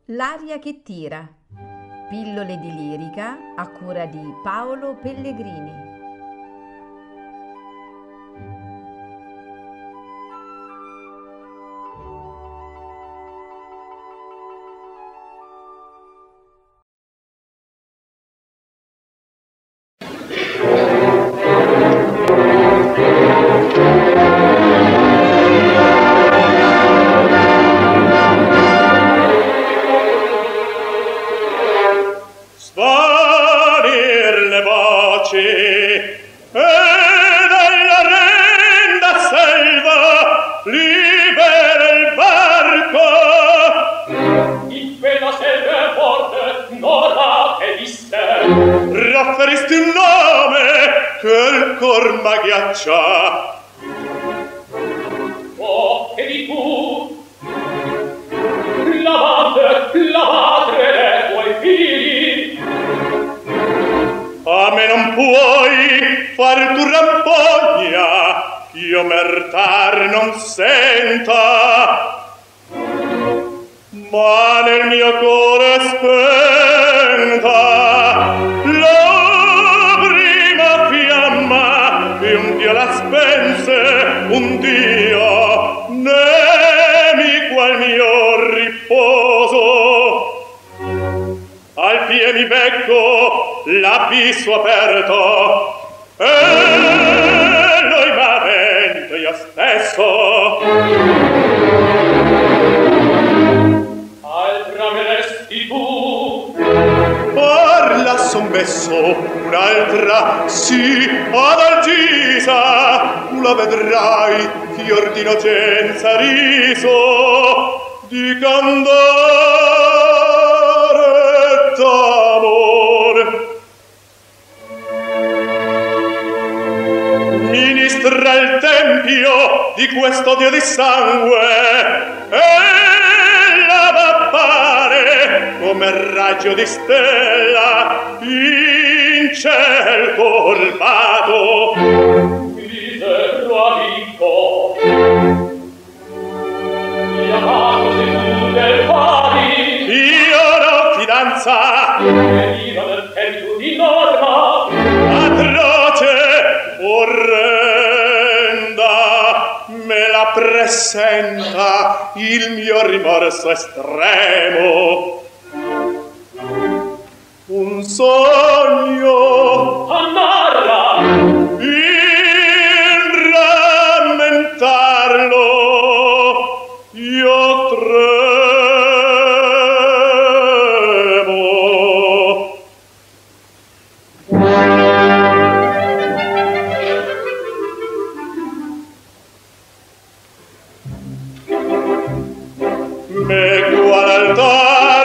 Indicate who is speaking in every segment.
Speaker 1: L'aria che tira. Pillole di lirica a cura di Paolo Pellegrini.
Speaker 2: Rafferisti un nome che il cor m'agghiaccia.
Speaker 3: Oh, che di tu la madre dei tuoi figli.
Speaker 2: A me non puoi far tu rampogna, io mertar non senta, ma nel mio cuore spenta la prima fiamma e un Dio la spense, un Dio nemi qual mio riposo. Al pie mi becco l'abisso aperto e noi m'avento io stesso.
Speaker 3: Altra me resti tu.
Speaker 2: Parla sommesso, un'altra sì, ad Altisa, tu la vedrai, fior d'innocenza riso, di candore d'amore. Ministra il tempio di questo Dio di sangue e la m'appare come raggio di stella in ciel colmato.
Speaker 3: Misero amico, mi amato sei tu del pari.
Speaker 2: Io no fidanza,
Speaker 3: Veniva del tempo di norma,
Speaker 2: atroce, orrenda, me la presenta il mio rimorso estremo. Un sogno
Speaker 3: amarra,
Speaker 2: in rammentarlo io tremo. Me qual altar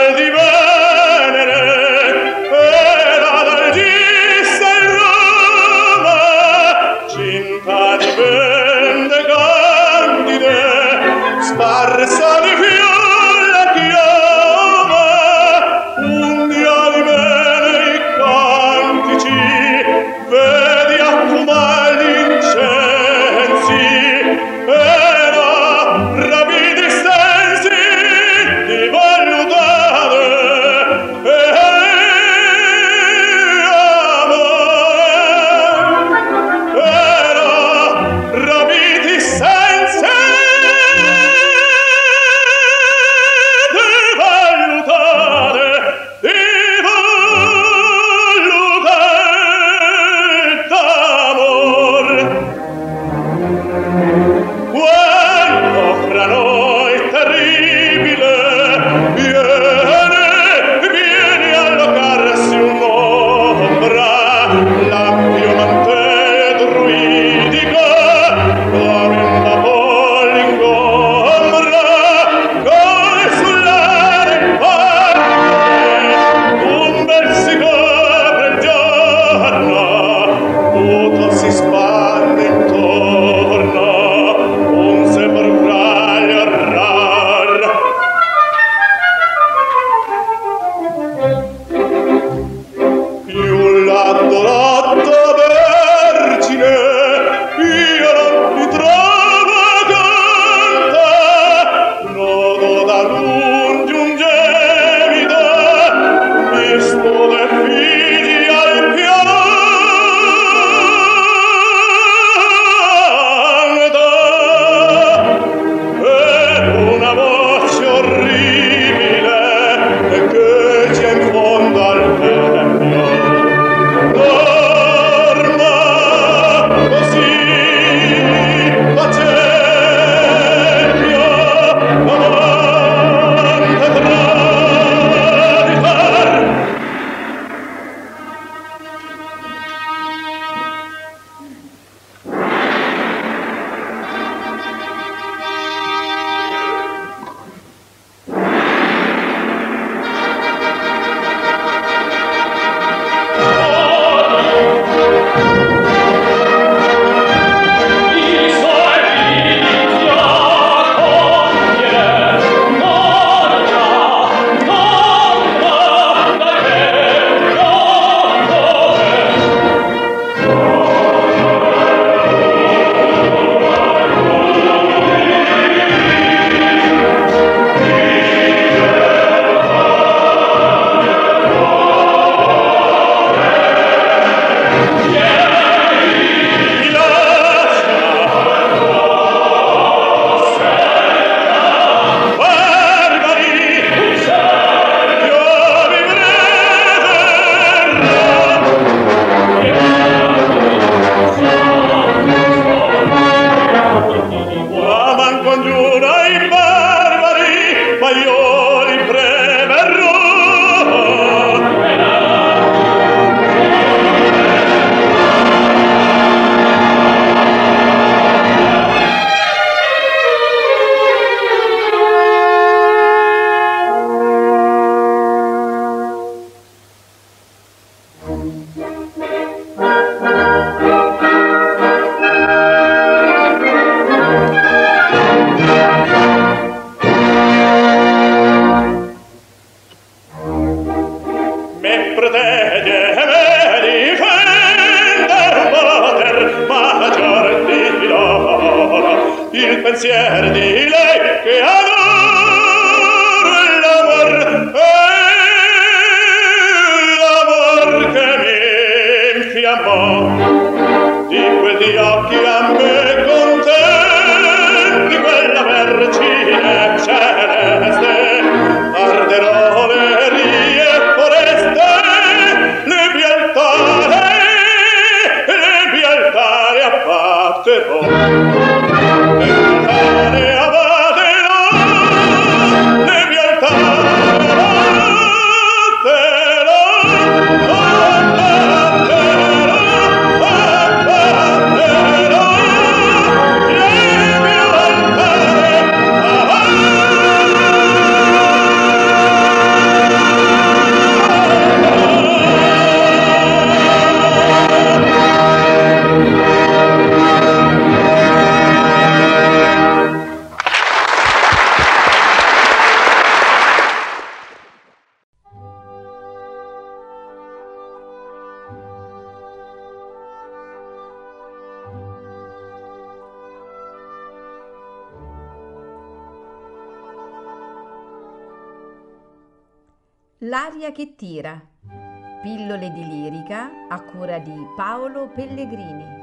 Speaker 1: L'aria che tira. Pillole di lirica a cura di Paolo Pellegrini.